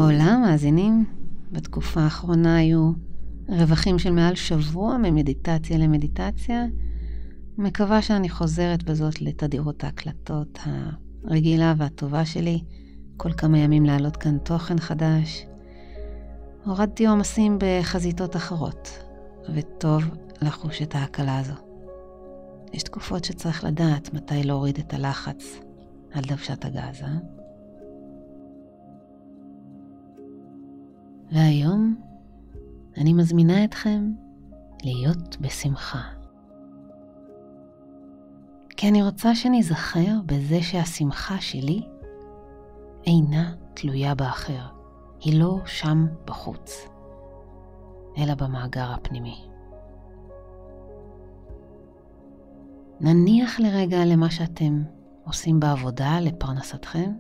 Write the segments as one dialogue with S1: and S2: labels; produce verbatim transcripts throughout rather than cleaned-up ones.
S1: העולם, מאזינים, בתקופה האחרונה היו רווחים של מעל שבוע ממדיטציה למדיטציה. מקווה שאני חוזרת בזאת לתדירות ההקלטות הרגילה והטובה שלי, כל כמה ימים לעלות כאן תוכן חדש. הורדתי עומסים בחזיתות אחרות, וטוב לחוש את ההקלה הזו. יש תקופות שצריך לדעת מתי להוריד את הלחץ על דוושת הגז, אה? והיום אני מזמינה אתכם להיות בשמחה. כי אני רוצה שנזכר בזה שהשמחה שלי אינה תלויה באחר. היא לא שם בחוץ, אלא במאגר הפנימי. נניח לרגע למה שאתם עושים בעבודה לפרנסתכם.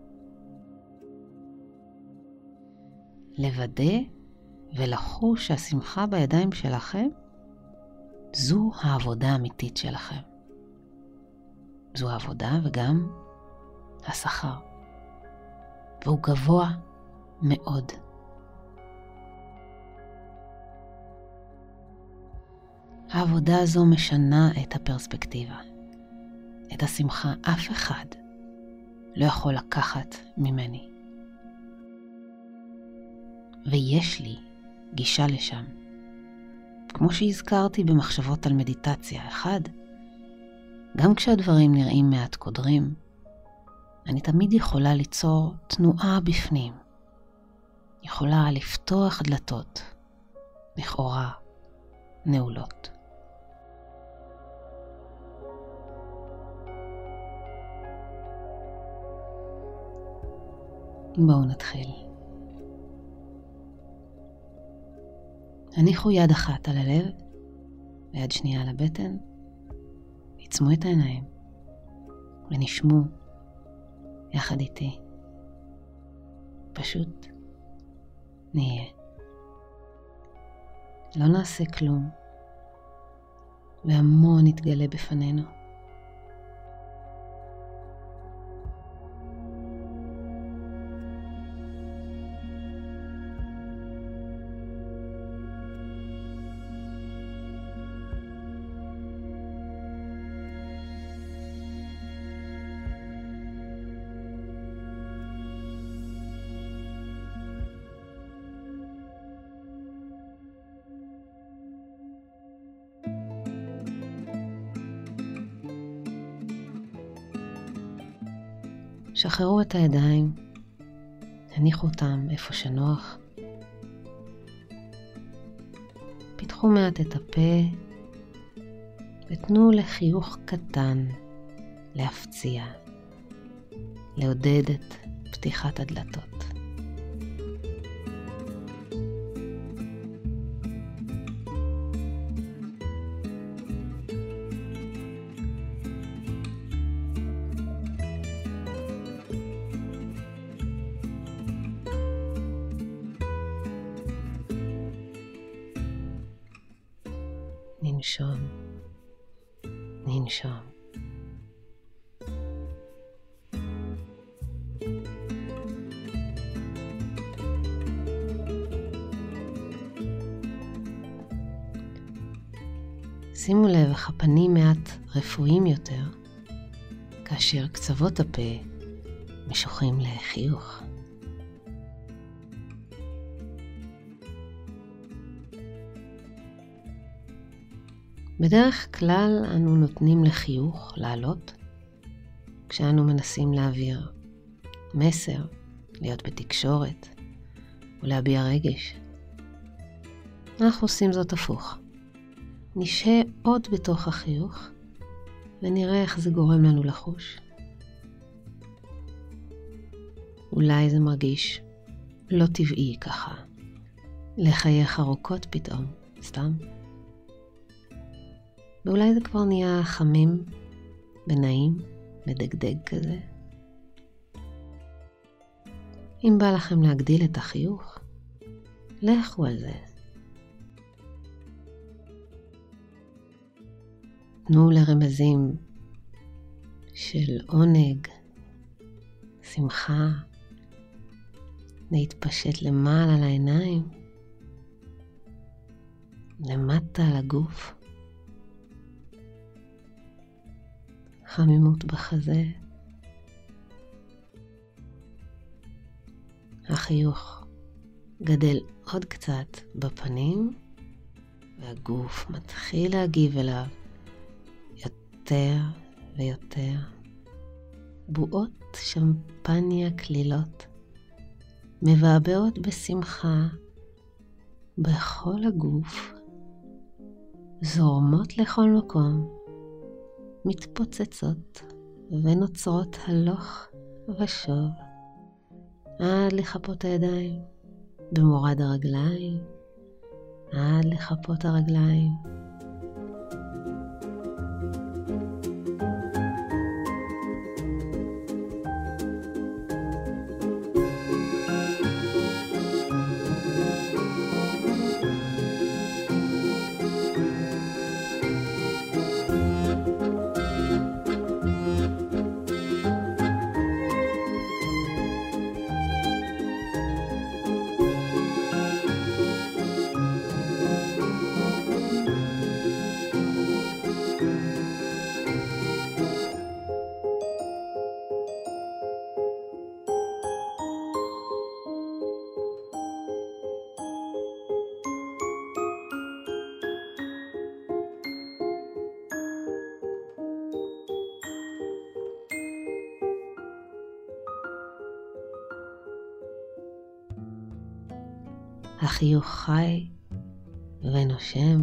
S1: לוודא ולחוש שהשמחה בידיים שלכם זו העבודה האמיתית שלכם. זו העבודה וגם השכר. והוא גבוה מאוד. העבודה הזו משנה את הפרספקטיבה. את השמחה אף אחד לא יכול לקחת ממני. ויש לי גישה לשם. כמו שהזכרתי במחשבות על מדיטציה. אחד, גם כשהדברים נראים מעט קודרים, אני תמיד יכולה ליצור תנועה בפנים. יכולה לפתוח דלתות, לכאורה נעולות. בואו נתחיל. הניחו יד אחת על הלב ויד שנייה על הבטן. עצמו את העיניים ונשמו יחד איתי. פשוט נהיה. לא נעשה כלום והמון יתגלה בפנינו. שחררו את הידיים, הניחו אותם איפה שנוח. פיתחו מעט את הפה ותנו לחיוך קטן להפציע, לעודד את פתיחת הדלתות. ננשום, ננשום. שימו לב איך הפנים מעט רפואיים יותר, כאשר קצוות הפה משוחים לחיוך. בדרך כלל אנו נותנים לחיוך לעלות כשאנו מנסים להעביר מסר, להיות בתקשורת ולהביע רגש. אנחנו עושים זאת הפוך. נשהה עוד בתוך החיוך ונראה איך זה גורם לנו לחוש. אולי זה מרגיש לא טבעי ככה, לחייך ארוכות פתאום, סתם. ואולי זה כבר נהיה חמים ונעים, מדגדג כזה. אם בא לכם להגדיל את החיוך, לכו על זה. תנו לרמזים של עונג, שמחה, להתפשט למעלה לעיניים, למטה על הגוף, חמימות בחזה, החיוך גדל עוד קצת בפנים, והגוף מתחיל להגיב אליו יותר ויותר. בועות שמפניה כלילות מבעבעות בשמחה בכל הגוף, זורמות לכל מקום, מתפוצצות ונוצרות הלוך ושוב עד לכפות הידיים, במורד הרגליים, עד לכפות הרגליים. החיוך חי ונושם.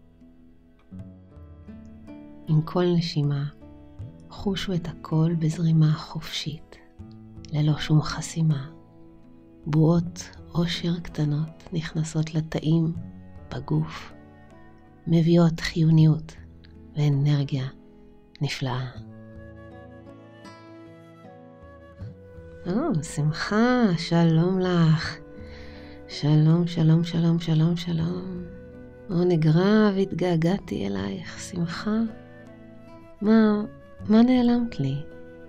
S1: עם כל נשימה חושו את הכל בזרימה חופשית, ללא שום חסימה. בועות אושר קטנות נכנסות לתאים בגוף, מביאות חיוניות ואנרגיה נפלאה. או, שמחה, שלום לך. שלום, שלום, שלום, שלום, שלום. עונג רב, התגעגעתי אלייך, שמחה. מה, מה נעלמת לי?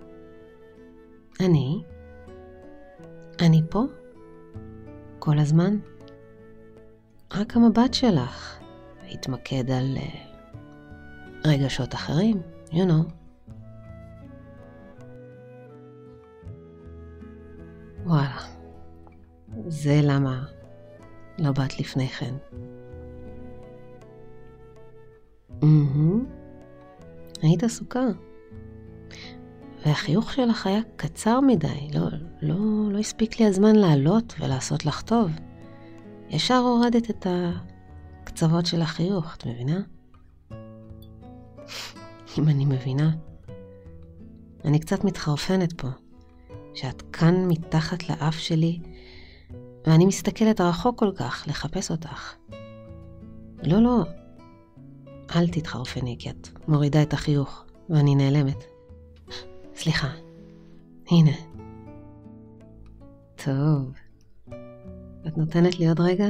S1: אני? אני פה? כל הזמן? רק המבט שלך התמקד על uh, רגשות אחרים, you know. וואלה. זה למה לא באת לפני כן. Mm-hmm. היית עסוקה. והחיוך שלך היה קצר מדי. לא, לא, לא הספיק לי הזמן לעלות ולעשות לך טוב. ישר הורדת את הקצוות של החיוך, את מבינה? אם אני מבינה. אני קצת מתחרפנת פה. שאת כאן מתחת לאף שלי, ואני מסתכלת רחוק כל כך לחפש אותך. לא, לא. אל תתחרפני, כי את מורידה את החיוך, ואני נעלמת. סליחה. הנה. טוב. את נותנת לי עוד רגע?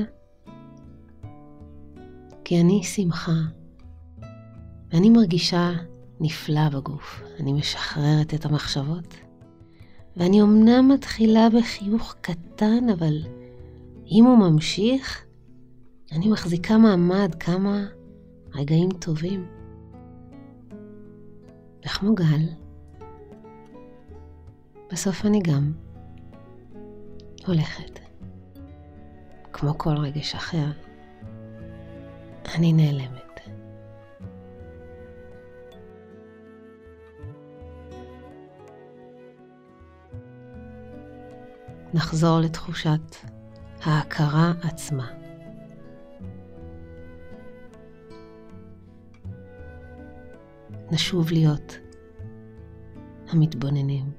S1: כי אני שמחה. ואני מרגישה נפלא בגוף. אני משחררת את המחשבות. ואני אומנם מתחילה בחיוך קטן, אבל אם הוא ממשיך, אני מחזיקה מעמד כמה רגעים טובים. וכמו גל, בסוף אני גם הולכת. כמו כל רגש אחר, אני נעלמת. נחזור לתחושת ההכרה עצמה. נשוב להיות המתבוננים.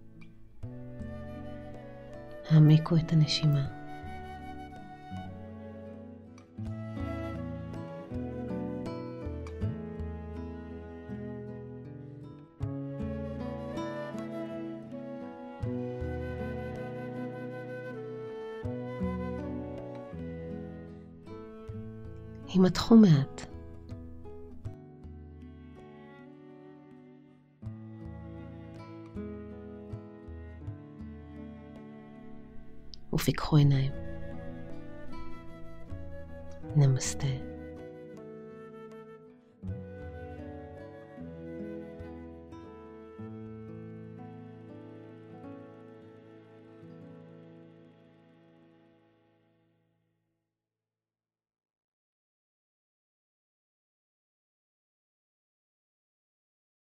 S1: העמיקו את הנשימה. הימתחו מעט. ופיקחו עיניים. נמסטה.